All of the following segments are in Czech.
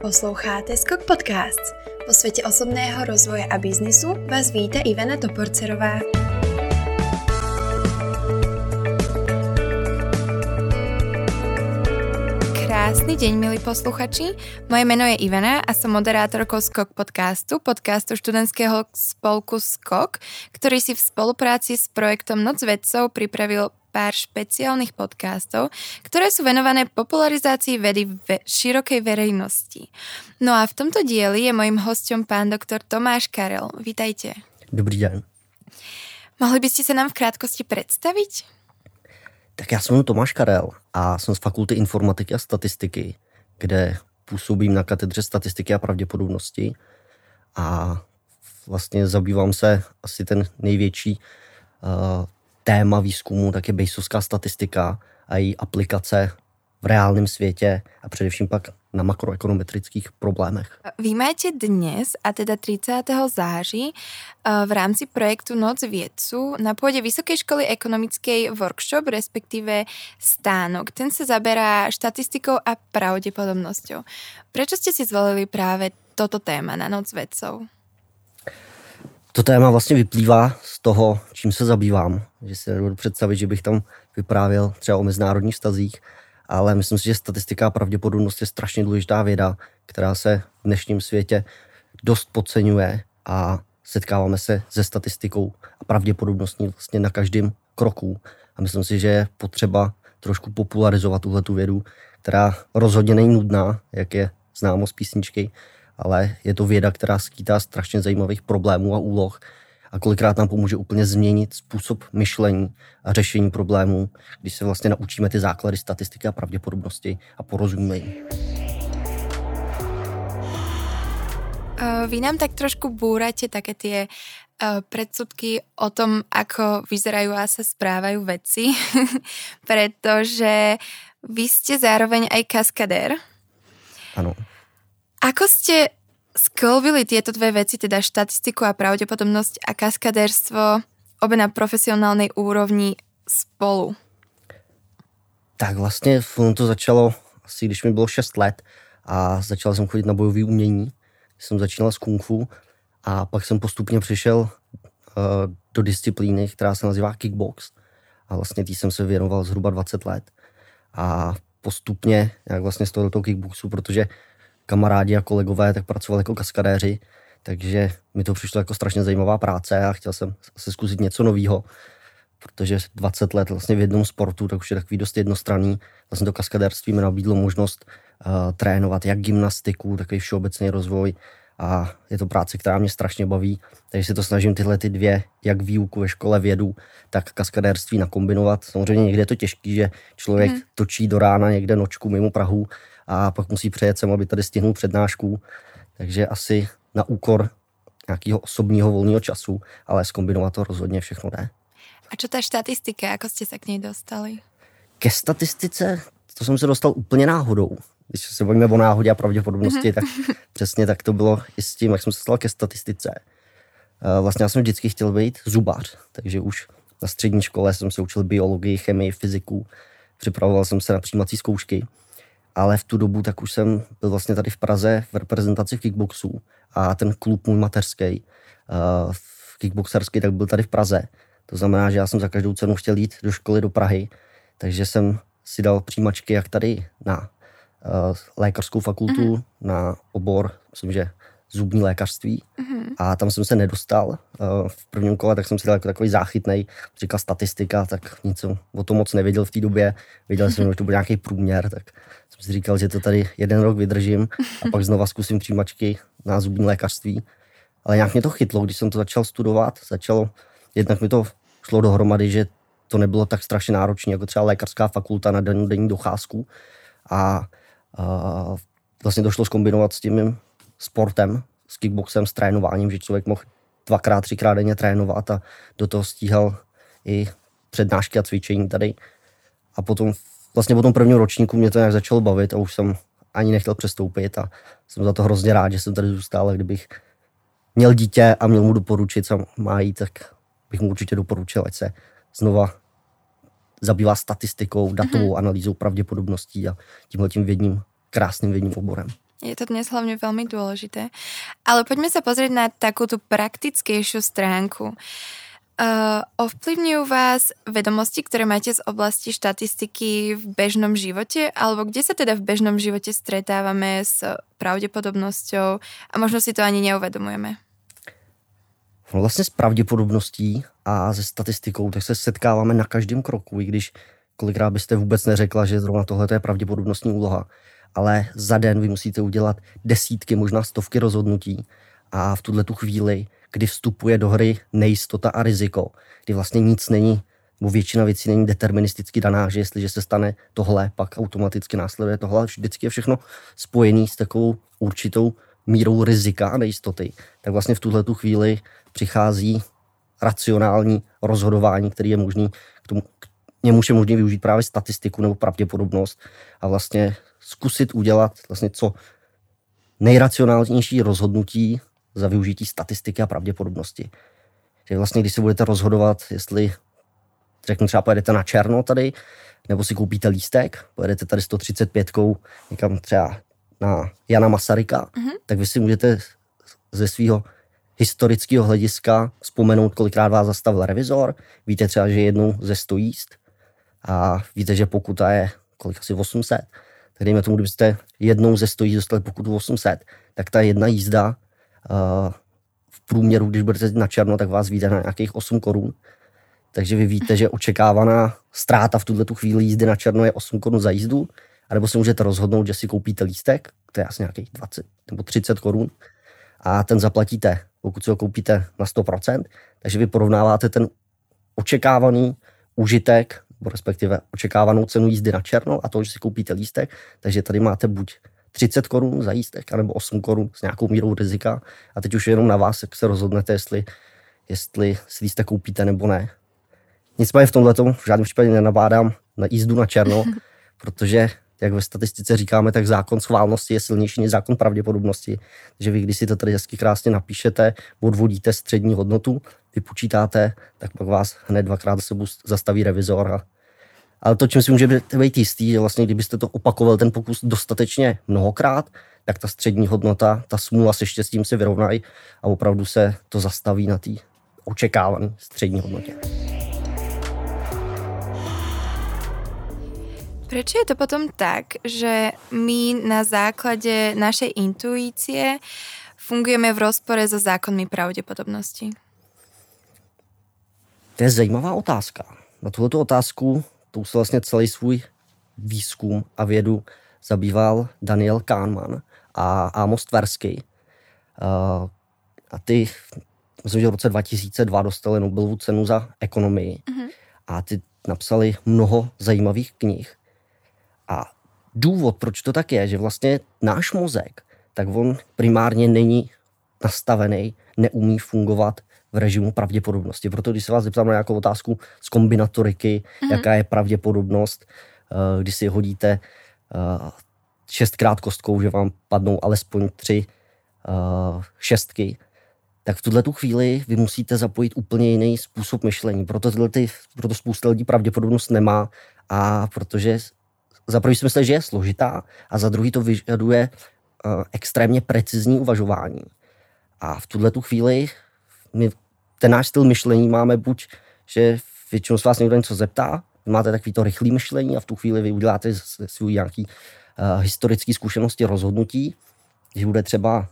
Posloucháte Skok Podcast. Po světě osobného rozvoje a biznisu vás vítá Ivana Toporcerová. Krásny deň, milí posluchači. Moje meno je Ivana a som moderátorkou Skok podcastu študentského spolku Skok, ktorý si v spolupráci s projektom Noc vedcov pripravil pár špeciálnych podcastov, ktoré sú venované popularizácii vedy v širokej verejnosti. No a v tomto dieli je mojím hosťom pán doktor Tomáš Karel. Vítajte. Dobrý den. Mohli by ste sa nám v krátkosti predstaviť? Tak já jsem Tomáš Karel a jsem z Fakulty informatiky a statistiky, kde působím na katedře statistiky a pravděpodobnosti a vlastně zabývám se asi ten největší téma výzkumu, tak je Bayesovská statistika a její aplikace v reálném světě a především pak na makroekonometrických problémech. Vy máte dnes, a teda 30. září, v rámci projektu Noc vědců na pôde Vysokej školy ekonomickej workshop, respektíve stánok. Ten sa zaberá štatistikou a pravdepodobnosťou. Prečo ste si zvolili práve toto téma na Noc vedcov? To téma vlastně vyplývá z toho, čím se zabývám. Že si nedovedu představit, že bych tam vyprávěl třeba o mezinárodních vztazích, ale myslím si, že statistika a pravděpodobnost je strašně důležitá věda, která se v dnešním světě dost podceňuje a setkáváme se se statistikou a pravděpodobností vlastně na každém kroku. A myslím si, že je potřeba trošku popularizovat tuhletu vědu, která rozhodně není nudná, jak je známo z písničky, ale je to věda, která skýtá strašně zajímavých problémů a úloh a kolikrát nám pomůže úplně změnit způsob myšlení a řešení problémů, když se vlastně naučíme ty základy statistiky a pravděpodobnosti a porozumíme jim. Vy nám tak trošku búrate také tie predsudky o tom, ako vyzerajú a sa správajú vedci, pretože vy ste zároveň aj kaskadér. Ano. Ako ste sklbili tieto dve veci, teda štatistiku a pravdepodobnosť a kaskadérstvo, obe na profesionálnej úrovni spolu? Tak vlastně to začalo asi, když mi bylo 6 let a začal jsem chodit na bojové umění. Jsem začínal s kung fu a pak jsem postupně přišel do disciplíny, která se nazývá kickbox a vlastně tý jsem se věnoval zhruba 20 let a postupně, jak vlastně z toho kickboxu, protože kamarádi a kolegové tak pracovali jako kaskadéři, takže mi to přišlo jako strašně zajímavá práce a chtěl jsem se zkusit něco nového, protože 20 let vlastně v jednom sportu, tak už je takový dost jednostranný. Vlastně to kaskadérství mi nabídlo možnost trénovat jak gymnastiku, takový všeobecný rozvoj a je to práce, která mě strašně baví, takže si to snažím tyhle ty dvě, jak výuku ve škole vědu, tak kaskadérství nakombinovat. Samozřejmě někde je to těžký, že člověk točí do rána někde nočku mimo Prahu a pak musí přejet sem, aby tady stihnul přednášku, takže asi na úkor nějakého osobního volného času, ale zkombinovat to rozhodně všechno jde. A čo tá štatistika, ako ste sa k nej dostali? Ke statistice, to jsem se dostal úplně náhodou. Když se bavíme o náhodě a pravděpodobnosti, tak přesně tak to bylo i s tím, jak jsem se stal ke statistice. Vlastně já jsem vždycky chtěl být zubař, takže už na střední škole jsem se učil biologii, chemii, fyziku, připravoval jsem se na přijímací zkoušky, ale v tu dobu tak už jsem byl vlastně tady v Praze v reprezentaci v kickboxu a ten klub můj mateřský, kickboxerský, tak byl tady v Praze. To znamená, že já jsem za každou cenu chtěl jít do školy do Prahy, takže jsem si dal přijímačky jak tady na lékařskou fakultu, na obor, myslím, že zubní lékařství. A tam jsem se nedostal. V prvním kole tak jsem si dal jako takový záchytnej, říkal statistika, tak nic o tom moc nevěděl v té době. Věděl jsem, že to byl nějaký průměr, tak jsem si říkal, že to tady 1 rok vydržím a pak znova zkusím přijímačky na zubní lékařství. Ale nějak mě to chytlo, když jsem to začal studovat. Jednak mi to šlo dohromady, že to nebylo tak strašně náročné, jako třeba lékařská fakulta na denní docházku. A vlastně to šlo zkombinovat s tím mým sportem, s kickboxem, s trénováním, že člověk mohl 2x, 3x denně trénovat a do toho stíhal i přednášky a cvičení tady. A potom vlastně po tom prvním ročníku mě to nějak začalo bavit a už jsem ani nechtěl přestoupit a jsem za to hrozně rád, že jsem tady zůstal. Kdybych měl dítě a měl mu doporučit, co má jít, tak bych mu určitě doporučil, ať se znova zabývá statistikou, datovou analýzou pravděpodobností a tímhletím krásným vědním oborem. Je to dnes hlavne veľmi dôležité. Ale poďme sa pozrieť na takú tú praktickejšiu stránku. Ovplyvňujú vás vedomosti, ktoré máte z oblasti štatistiky v bežnom živote? Alebo kde sa teda v bežnom živote stretávame s pravdepodobnosťou a možno si to ani neuvedomujeme? No vlastně s pravděpodobností a se statistikou tak se setkáváme na každém kroku, i když kolikrát byste vůbec neřekla, že zrovna tohle je pravděpodobnostní úloha. Ale za den vy musíte udělat desítky, možná stovky rozhodnutí a v tuhletu chvíli, kdy vstupuje do hry nejistota a riziko, kdy vlastně nic není, nebo většina věcí není deterministicky daná, že jestliže se stane tohle, pak automaticky následuje tohle, vždycky je všechno spojené s takovou určitou mírou rizika a nejistoty, tak vlastně v tuhletu chvíli přichází racionální rozhodování, který je možný, k němuž je možný využít právě statistiku nebo pravděpodobnost a vlastně zkusit udělat vlastně co nejracionálnější rozhodnutí za využití statistiky a pravděpodobnosti. Že vlastně, když se budete rozhodovat, jestli řeknu třeba pojedete na černo tady, nebo si koupíte lístek, pojedete tady 135 někam třeba na Jana Masaryka, tak vy si můžete ze svého historického hlediska vzpomenout, kolikrát vás zastavil revizor, víte třeba, že jednou ze 100 jízd a víte, že pokuta je kolik asi 800, tak dejme tomu, kdybyste jednou ze 100 jízd dostali pokutu 800, tak ta jedna jízda v průměru, když budete na černo, tak vás vyjde na nějakých 8 korun. Takže vy víte, že očekávaná ztráta v tuto chvíli jízdy na černo je 8 korun za jízdu, anebo se můžete rozhodnout, že si koupíte lístek, to je asi nějakých 20 nebo 30 korun a ten zaplatíte, pokud si ho koupíte na 100%, takže vy porovnáváte ten očekávaný užitek, respektive očekávanou cenu jízdy na černo a to, že si koupíte lístek, takže tady máte buď 30 korun za lístek, anebo 8 korun s nějakou mírou rizika a teď už je jenom na vás, jak se rozhodnete, jestli si lístek koupíte nebo ne. Nicméně v tomhletom v žádném případě nenabádám na jízdu na černo, protože jak ve statistice říkáme, tak zákon schválnosti je silnější než zákon pravděpodobnosti. Takže vy, když si to tady hezky krásně napíšete, odvodíte střední hodnotu, vypočítáte, tak pak vás hned dvakrát se zastaví revizor. Ale to, čím si můžete být jistý, že vlastně kdybyste to opakoval ten pokus dostatečně mnohokrát, tak ta střední hodnota, ta smůla se štěstím se vyrovnají a opravdu se to zastaví na té očekávané střední hodnotě. Prečo je to potom tak, že my na základe našej intuície fungujeme v rozpore so zákonmi pravděpodobnosti? To je zajímavá otázka. Na tuhletu otázku tou se vlastně celý svůj výzkum a vědu zabýval Daniel Kahneman a Amos Tversky. A ty, myslím, že v roce 2002 dostali Nobelovu cenu za ekonomii. A ty napsali mnoho zajímavých knih. A důvod, proč to tak je, že vlastně náš mozek, tak on primárně není nastavený, neumí fungovat v režimu pravděpodobnosti. Proto když se vás zeptám na nějakou otázku z kombinatoriky, jaká je pravděpodobnost, když si hodíte 6krát kostkou, že vám padnou alespoň 3 šestky, tak v tuhle tu chvíli vy musíte zapojit úplně jiný způsob myšlení. Proto spousta lidí pravděpodobnost nemá a protože za prvý si myslí, že je složitá a za druhý to vyžaduje extrémně precizní uvažování. A v tuhle tu chvíli my ten náš styl myšlení máme buď, že většinou se vás někdo něco zeptá, máte takový to rychlé myšlení a v tu chvíli vy uděláte svůj nějaký historické zkušenosti rozhodnutí, že bude třeba,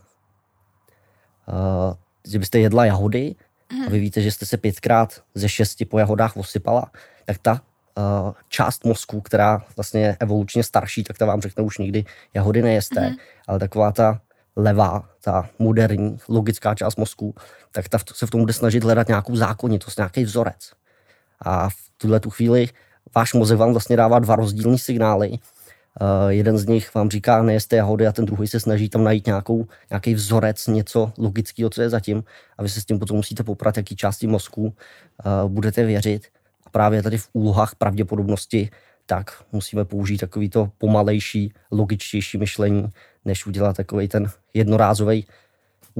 že byste jedla jahody a vy víte, že jste se 5krát ze 6 po jahodách osypala, tak ta část mozku, která vlastně je evolučně starší, tak ta vám řekne už nikdy jahody nejeste, ale taková ta levá, ta moderní, logická část mozku, tak ta se v tom bude snažit hledat nějakou zákonitost, nějaký vzorec. A v tuhle tu chvíli váš mozek vám vlastně dává 2 rozdílný signály. Jeden z nich vám říká, nejeste jahody a ten druhý se snaží tam najít nějaký vzorec, něco logického, co je zatím. A vy se s tím potom musíte poprat, jaký části mozku budete věřit. A právě tady v úlohách pravděpodobnosti tak musíme použít takovýto pomalejší, logičtější myšlení, než udělat takovej ten jednorázový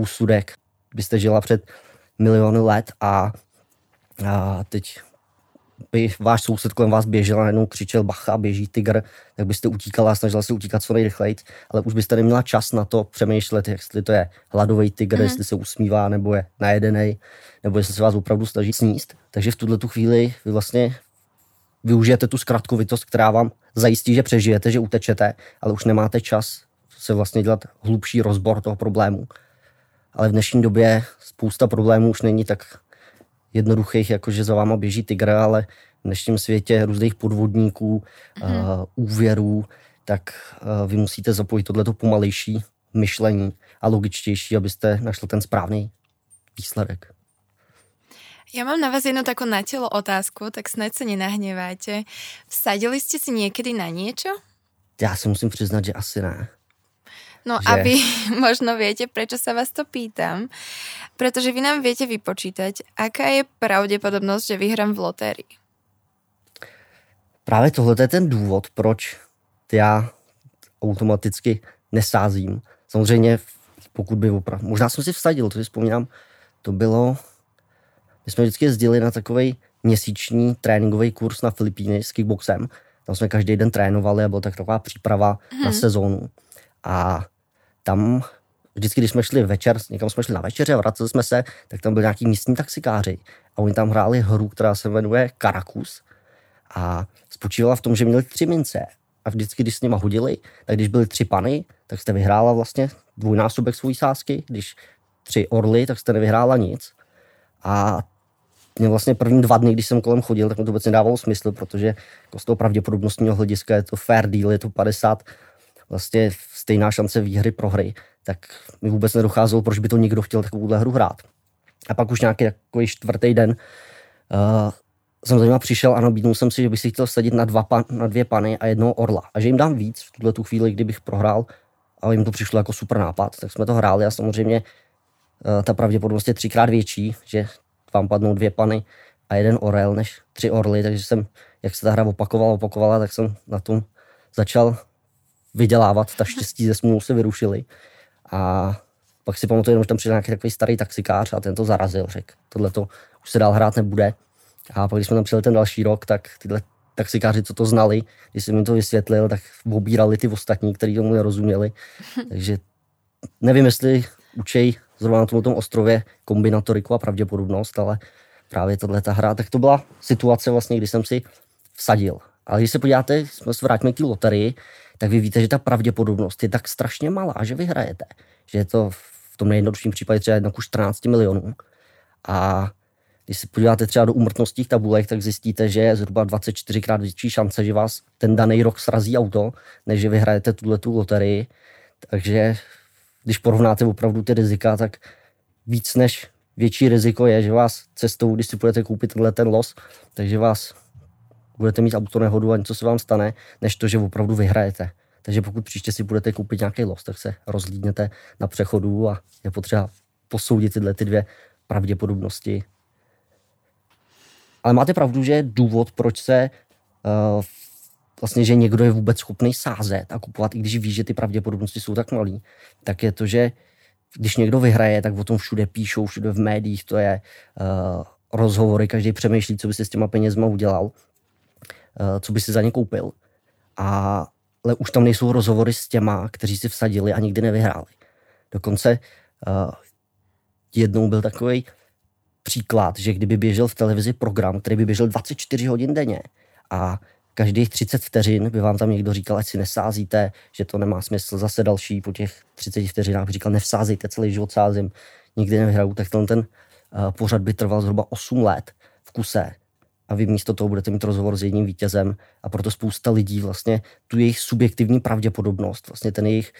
úsudek. Byste žila před miliony let a teď by váš soused kolem vás běžel a najednou křičel bacha, běží tygr, tak byste utíkala a snažila se utíkat co nejrychleji, ale už byste neměla čas na to přemýšlet, jestli to je hladový tygr, jestli se usmívá, nebo je najedenej, nebo jestli se vás opravdu snaží sníst. Takže v tuhle tu chvíli vy vlastně využijete tu zkratkovitost, která vám zajistí, že přežijete, že utečete, ale už nemáte čas se vlastně dělat hlubší rozbor toho problému. Ale v dnešní době spousta problémů už není tak jednoduchých, jako že za váma běží tygr, ale v dnešním světě různých podvodníků, úvěrů, tak vy musíte zapojit tohleto pomalejší myšlení a logičtější, abyste našli ten správný výsledek. Ja mám na vás jednu takú na telo otázku, tak snad sa nenahneváte. Vsadili ste si niekedy na niečo? Já si musím přiznat, že asi ne. No a vy možno viete, prečo sa vás to pýtam. Pretože vy nám viete vypočítať, aká je pravdepodobnosť, že vyhrám v lotérii. Právě tohle je ten důvod, proč já automaticky nesázím. Samozřejmě, pokud by opravdu... Možná jsem si vsadil, to si vzpomínám, to bylo... My jsme vždycky jezdili na takovej měsíční tréninkový kurz na Filipíny s kickboxem. Tam jsme každý den trénovali a byla taková příprava na sezónu. A tam vždycky, když jsme šli večer, někam jsme šli na večeře a vraceli jsme se, tak tam byli nějaký místní taxikáři. A oni tam hráli hru, která se jmenuje Karakus. A spočívala v tom, že měli 3 mince. A vždycky, když s nima hodili, tak když byly 3 pany, tak jste vyhrála vlastně dvojnásobek svojí sázky. Když 3 orly, tak jste nevyhrála nic. A mě vlastně první 2 dny, když jsem kolem chodil, tak mi to vůbec nedávalo smysl, protože jako z toho pravděpodobnostního hlediska je to fair deal, je to 50, vlastně stejná šance výhry pro hry, tak mi vůbec nedocházelo, proč by to někdo chtěl takovouhle hru hrát. A pak už nějaký takový 4. den jsem za nima přišel a nabídnul jsem si, že bych si chtěl vsadit na 2 pany a 1 orla. A že jim dám víc v tuhle tu chvíli, kdybych prohrál, ale jim to přišlo jako super nápad. Tak jsme to hráli a samozřejmě ta pravděpodobnost je 3krát větší, že vám padnou 2 pany a 1 orel než 3 orly, takže jsem, jak se ta hra opakovala, tak jsem na tom začal vydělávat, ta štěstí ze smůlu se vyrušily. A pak si pamatuju, že tam přišel nějaký takový starý taxikář a ten to zarazil, řekl, tohleto už se dál hrát nebude. A pak, když jsme tam přijeli ten další rok, tak tyhle taxikáři, co to znali, když jsem jim to vysvětlil, tak obírali ty ostatní, kteří tomu nerozuměli. Takže nevím, jestli učej zrovna na tomto ostrově kombinatoriku a pravděpodobnost, ale právě tato hra, tak to byla situace vlastně, kdy jsem si vsadil. Ale když se podíváte, jsme se vrátili k té loterii, tak vy víte, že ta pravděpodobnost je tak strašně malá, že vyhrajete. Že je to v tom nejjednodušším případě třeba 1:14 milionů. A když se podíváte třeba do úmrtnostních tabulek, tak zjistíte, že je zhruba 24krát větší šance, že vás ten daný rok srazí auto, než že vyhrajete tuhletu loterii. Takže když porovnáte opravdu ty rizika, tak víc než větší riziko je, že vás cestou, když si budete koupit ten los, takže vás budete mít autonehodu a něco se vám stane, než to, že opravdu vyhrajete. Takže pokud příště si budete koupit nějaký los, tak se rozhlídněte na přechodu a je potřeba posoudit tyhle 2 pravděpodobnosti. Ale máte pravdu, že je důvod, proč se vlastně, že někdo je vůbec schopný sázet a kupovat, i když ví, že ty pravděpodobnosti jsou tak malý, tak je to, že když někdo vyhraje, tak o tom všude píšou, všude v médiích, to je rozhovory, každý přemýšlí, co by si s těma penězma udělal, co by si za ně koupil. Ale už tam nejsou rozhovory s těma, kteří si vsadili a nikdy nevyhráli. Dokonce jednou byl takový příklad, že kdyby běžel v televizi program, který by běžel 24 hodin denně a každých 30 vteřin by vám tam někdo říkal, ať si nesázíte, že to nemá smysl. Zase další po těch 30 vteřinách by říkal, nevsázejte, celý život sázím, nikdy nevyhraju. Tak ten pořad by trval zhruba 8 let v kuse a vy místo toho budete mít rozhovor s jedním vítězem a proto spousta lidí vlastně tu jejich subjektivní pravděpodobnost, vlastně ten jejich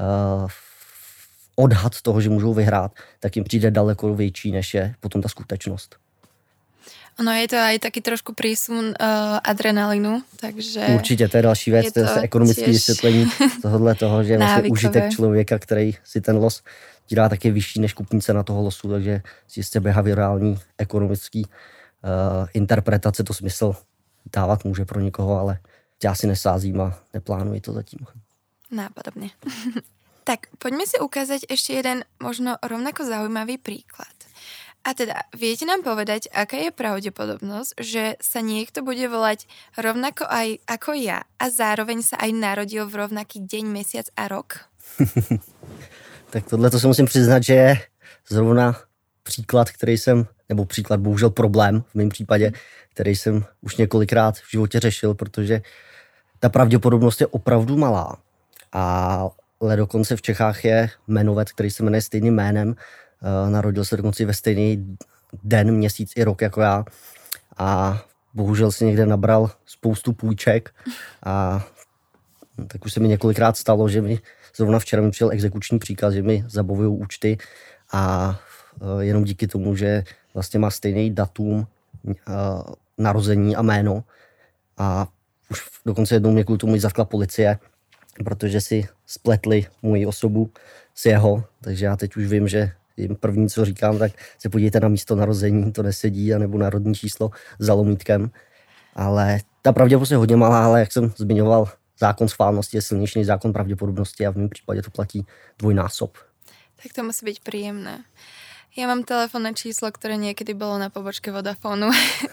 odhad toho, že můžou vyhrát, tak jim přijde daleko větší, než je potom ta skutečnost. No je to aj taký trošku prísun adrenalinu, takže... Určitě, to je další věc, to je zase ekonomické vysvětlení toho, že vlastně užitek člověka, který si ten los dělá taky vyšší než kupní cena toho losu, takže jistě behaviorální, ekonomický interpretace to smysl dávat může pro někoho, ale já si nesázím a neplánuji to zatím. Nápadobne. Tak, poďme si ukázať ešte jeden možno rovnako zaujímavý príklad. A teda, viete nám povedať, aká je pravdepodobnosť, že sa niekto bude volať rovnako aj ako ja a zároveň sa aj narodil v rovnaký deň, mesiac a rok? Tak tohle to se musím přiznat, že je zrovna příklad, bohužel problém v mém případě, který jsem už několikrát v životě řešil, protože ta pravděpodobnost je opravdu malá. Ale dokonce v Čechách je jmenovec, který se jmenuje stejným jménem, narodil se dokonce ve stejný den, měsíc i rok jako já a bohužel si někde nabral spoustu půjček a tak už se mi několikrát stalo, že mi zrovna včera mi přijel exekuční příkaz, že mi zabavují účty a jenom díky tomu, že vlastně má stejný datum narození a jméno a už dokonce jednou mě kvůli tomu i zatkla policie, protože si spletli moji osobu s jeho, takže já teď už vím, že jim první, co říkám, tak se podívejte na místo narození, to nesedí, anebo národní číslo za lomítkem. Ale ta pravděpodobnost je hodně malá, ale jak jsem zmiňoval, zákon schválnosti je silnější než zákon pravděpodobnosti a v mém případě to platí dvojnásob. Tak to musí byť príjemné. Ja mám telefónne číslo, ktoré niekedy bolo na pobočke Vodafónu.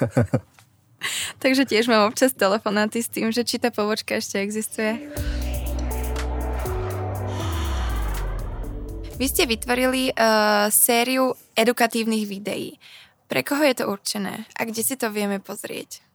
Takže tiež mám občas telefonáty s tým, že či tá pobočka ešte existuje. Vy ste vytvorili sériu edukatívnych videí. Pre koho je to určené? A kde si to vieme pozrieť?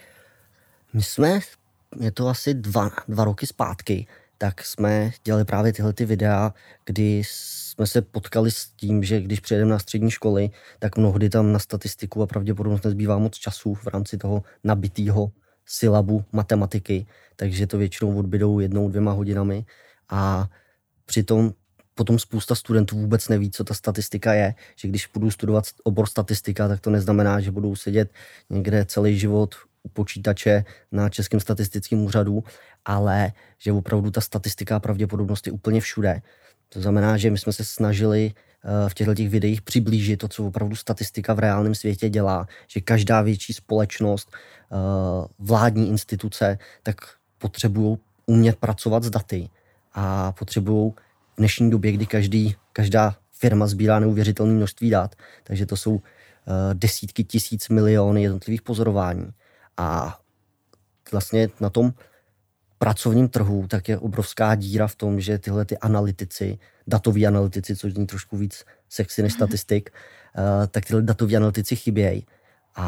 Je to asi dva roky zpátky, tak jsme dělali právě tyhle videa, kdy jsme se potkali s tím, že když přijedeme na střední školy, tak mnohdy tam na statistiku a pravděpodobnost nezbývá moc času v rámci toho nabitého syllabu matematiky, takže to většinou odbydou 1-2 hodinami a přitom potom spousta studentů vůbec neví, co ta statistika je, že když budu studovat obor statistika, tak to neznamená, že budou sedět někde celý život u počítače na Českém statistickém úřadu, ale že opravdu ta statistika a pravděpodobnost je úplně všude. To znamená, že my jsme se snažili v těchto videích přiblížit to, co opravdu statistika v reálném světě dělá, že každá větší společnost, vládní instituce, tak potřebují umět pracovat s daty a potřebují v dnešní době, kdy každá firma sbírá neuvěřitelné množství dat, takže to jsou desítky tisíc miliony jednotlivých pozorování. A vlastně na tom pracovním trhu tak je obrovská díra v tom, že tyhle ty analytici, datoví analytici, což zní trošku víc sexy než statistik, tak tyhle datoví analytici chybějí. A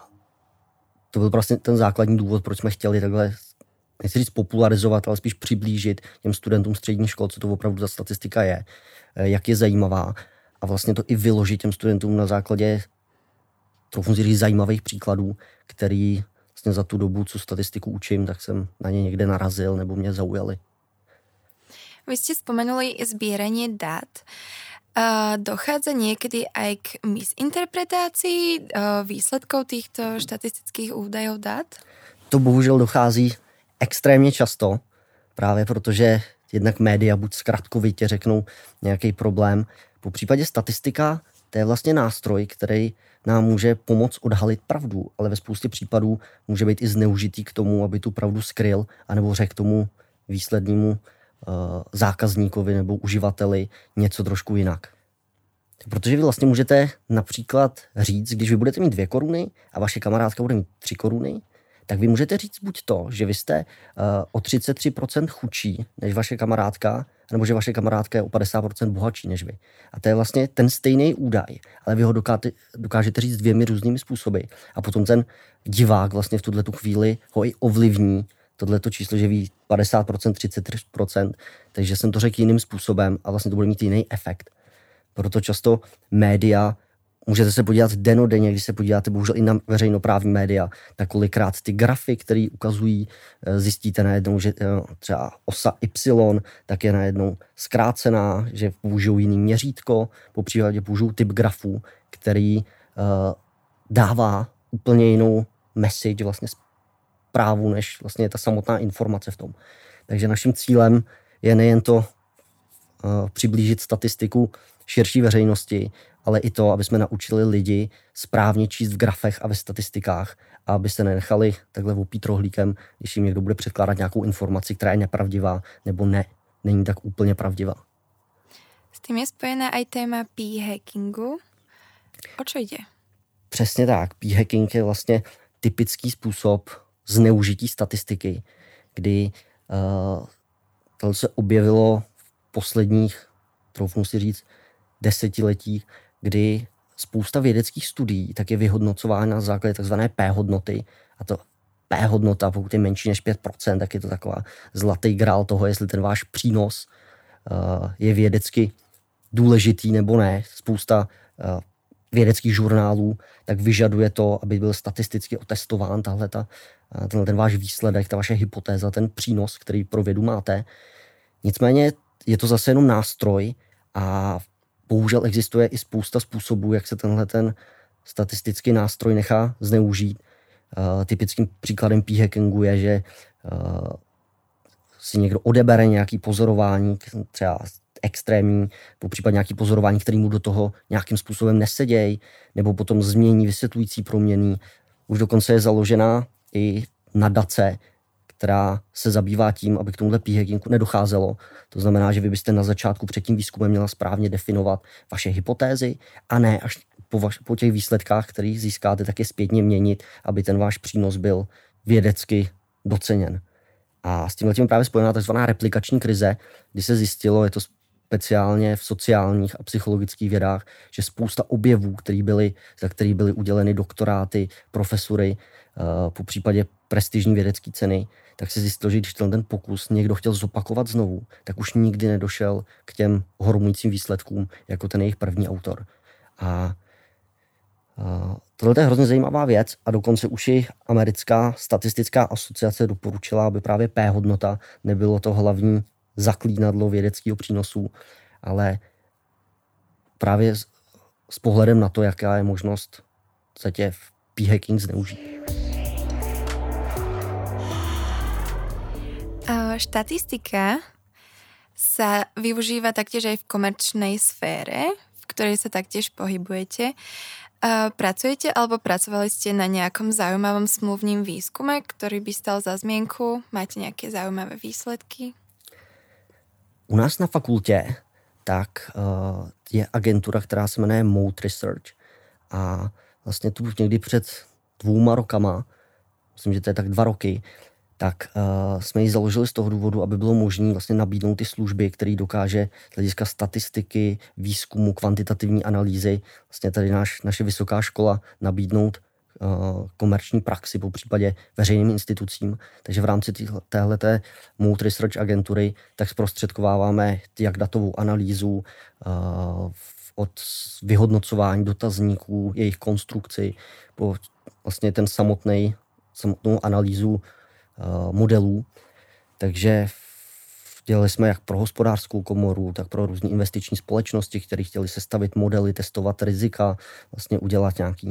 to byl vlastně ten základní důvod, proč jsme chtěli takhle, nechci říct popularizovat, ale spíš přiblížit těm studentům středních škol, co to opravdu ta statistika je, jak je zajímavá a vlastně to i vyložit těm studentům na základě trochu říct zajímavých příkladů, který vlastně za tu dobu, co statistiku učím, tak jsem na ně někde narazil nebo mě zaujali. Vy ste spomenuli zbieranie dát. Dochádza niekedy aj k misinterpretácii výsledkov týchto štatistických údajov dát? To bohužel dochází extrémně často, právě protože jednak média buď zkratkovitě řeknou nějaký problém. Po případě statistika, to je vlastně nástroj, který nám může pomoct odhalit pravdu, ale ve spoustě případů může být i zneužitý k tomu, aby tu pravdu skryl, anebo řekl tomu výslednému zákazníkovi nebo uživateli něco trošku jinak. Protože vy vlastně můžete například říct, když vy budete mít 2 koruny a vaše kamarádka bude mít 3 koruny, tak vy můžete říct buď to, že vy jste o 33% chudší než vaše kamarádka, nebo že vaše kamarádka je o 50% bohatší než vy. A to je vlastně ten stejný údaj, ale vy ho dokážete říct 2 různými způsoby. A potom ten divák vlastně v tuto chvíli ho i ovlivní tohleto číslo, že ví 50%, 33%, takže jsem to řekl jiným způsobem a vlastně to bude mít jiný efekt. Proto často média, můžete se podívat dennodenně, když se podíváte bohužel i na veřejnoprávní média, tak kolikrát ty grafy, které ukazují, zjistíte najednou, že třeba osa Y tak je najednou zkrácená, že použijou jiný měřítko, popřípadě použijou typ grafů, který dává úplně jinou message, vlastně zprávu, než vlastně ta samotná informace v tom. Takže naším cílem je nejen to přiblížit statistiku širší veřejnosti, ale i to, aby jsme naučili lidi správně číst v grafech a ve statistikách a aby se nenechali takhle opít rohlíkem, když jim někdo bude předkládat nějakou informaci, která je nepravdivá nebo není tak úplně pravdivá. S tím je spojená aj téma p-hackingu. O čo ide? Přesně tak. P-hacking je vlastně typický způsob zneužití statistiky, kdy tohle se objevilo v posledních, troufnu si říct, desetiletích, kdy spousta vědeckých studií tak je vyhodnocována na základě takzvané P-hodnoty. A to P-hodnota, pokud je menší než 5%, tak je to taková zlatý grál toho, jestli ten váš přínos je vědecky důležitý nebo ne. Spousta vědeckých žurnálů tak vyžaduje to, aby byl statisticky otestován ten váš výsledek, ta vaše hypotéza, ten přínos, který pro vědu máte. Nicméně je to zase jenom nástroj a bohužel existuje i spousta způsobů, jak se ten statistický nástroj nechá zneužít. Typickým příkladem p-hackingu je, že si někdo odebere nějaký pozorování, třeba extrémní, popřípadně nějaký pozorování, který mu do toho nějakým způsobem nesedějí, nebo potom změní vysvětlující proměny. Už dokonce je založená i nadace, která se zabývá tím, aby k tomuhle p-hackingu nedocházelo. To znamená, že vy byste na začátku před tím výzkumem měla správně definovat vaše hypotézy a ne až po těch výsledkách, který získáte, tak je zpětně měnit, aby ten váš přínos byl vědecky doceněn. A s tímhletím právě spojená takzvaná replikační krize, kdy se zjistilo, je to speciálně v sociálních a psychologických vědách, že spousta objevů, za který byly uděleny doktoráty, profesury, po případě prestižní vědecké ceny, tak se zjistilo, že když ten pokus někdo chtěl zopakovat znovu, tak už nikdy nedošel k těm hormujícím výsledkům, jako ten jejich první autor. A tohle je hrozně zajímavá věc a dokonce už i americká statistická asociace doporučila, aby právě P-hodnota nebylo to hlavní zaklínadlo vědeckého přínosu, ale právě s pohledem na to, jaká je možnost v p-hacking zneužít. Štatistika sa využíva taktiež aj v komerčnej sfére, v ktorej sa taktiež pohybujete. Pracujete alebo pracovali ste na nejakom zaujímavom smluvním výskume, ktorý by stal za zmienku? Máte nejaké zaujímavé výsledky? U nás na fakultě tak je agentura, která se jmenuje Moat Research a vlastně tu někdy před 2 rokama, myslím, že to je tak 2 roky, tak jsme ji založili z toho důvodu, aby bylo možné vlastně nabídnout ty služby, které dokáže z hlediska statistiky, výzkumu, kvantitativní analýzy, vlastně tady naše vysoká škola nabídnout komerční praxi, po případě veřejným institucím. Takže v rámci téhleté Moat Research agentury tak zprostředkováváme jak datovou analýzu od vyhodnocování dotazníků, jejich konstrukci, po vlastně ten samotnou analýzu modelů. Takže dělali jsme jak pro hospodářskou komoru, tak pro různé investiční společnosti, které chtěli sestavit modely, testovat rizika, vlastně udělat nějaké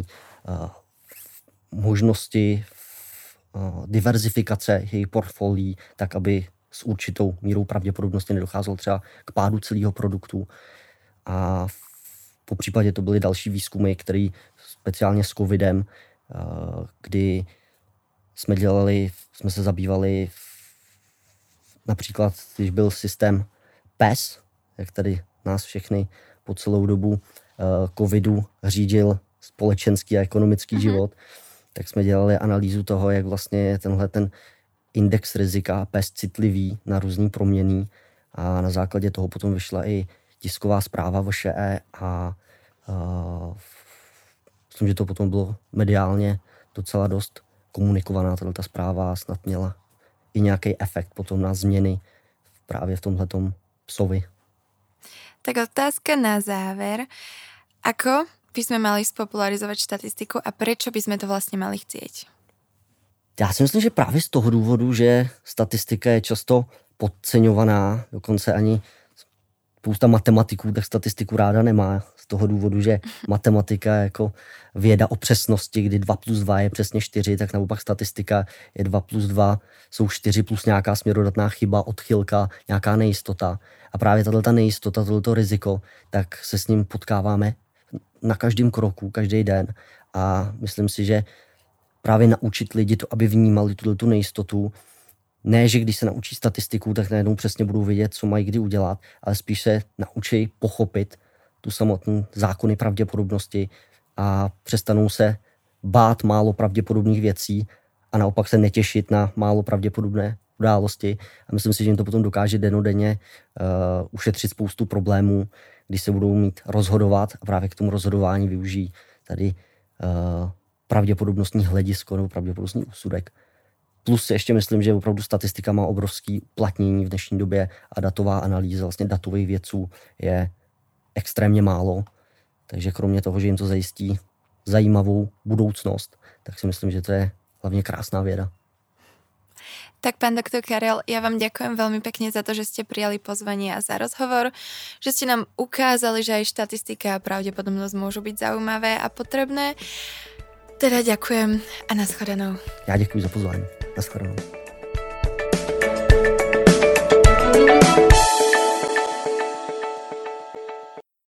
možnosti diverzifikace jejich portfolií, tak aby s určitou mírou pravděpodobnosti nedocházelo třeba k pádu celého produktu. A po případě to byly další výzkumy, které speciálně s covidem, kdy jsme se zabývali například, když byl systém PES, jak tady nás všechny po celou dobu covidu řídil společenský a ekonomický život, tak jsme dělali analýzu toho, jak vlastně je ten index rizika PES citlivý na různý proměny a na základě toho potom vyšla i tisková zpráva VŠE a myslím, že to potom bylo mediálně docela dost komunikovaná tato zpráva a snad měla i nějaký efekt potom na změny právě v tomhletom psovi. Tak otázka na záver. Ako by sme mali spopularizovať štatistiku a prečo by sme to vlastne mali chcieť? Já si myslím, že právě z toho důvodu, že statistika je často podceňovaná, dokonce ani spousta matematiků tak statistiku ráda nemá. Z toho důvodu, že matematika je jako věda o přesnosti, kdy 2 + 2 je přesně 4, tak naopak statistika je 2 + 2, jsou 4 plus nějaká směrodatná chyba, odchylka, nějaká nejistota. A právě tato nejistota, toto riziko, tak se s ním potkáváme na každém kroku, každý den. A myslím si, že právě naučit lidi to, aby vnímali tu nejistotu, ne, že když se naučí statistiku, tak najednou přesně budou vědět, co mají kdy udělat, ale spíš se naučí pochopit tu samotnou zákony pravděpodobnosti, a přestanou se bát málo pravděpodobných věcí a naopak se netěšit na málo pravděpodobné události. A myslím si, že jim to potom dokáže dennodenně ušetřit spoustu problémů, když se budou mít rozhodovat a právě k tomu rozhodování využijí tady pravděpodobnostní hledisko nebo pravděpodobnostní úsudek. Plus ještě myslím, že opravdu statistika má obrovský uplatnění v dnešní době a datová analýza vlastně datových vědců je extrémně málo. Takže kromě toho, že jim to zajistí zajímavou budoucnost, tak si myslím, že to je hlavně krásná věda. Tak pán doktor Karel, ja vám ďakujem veľmi pekne za to, že ste prijali pozvanie a za rozhovor, že ste nám ukázali, že aj štatistika a pravdepodobnosť môžu byť zaujímavé a potrebné. Teda ďakujem a nashledanou. Já děkuji za pozvání. Nashledanou.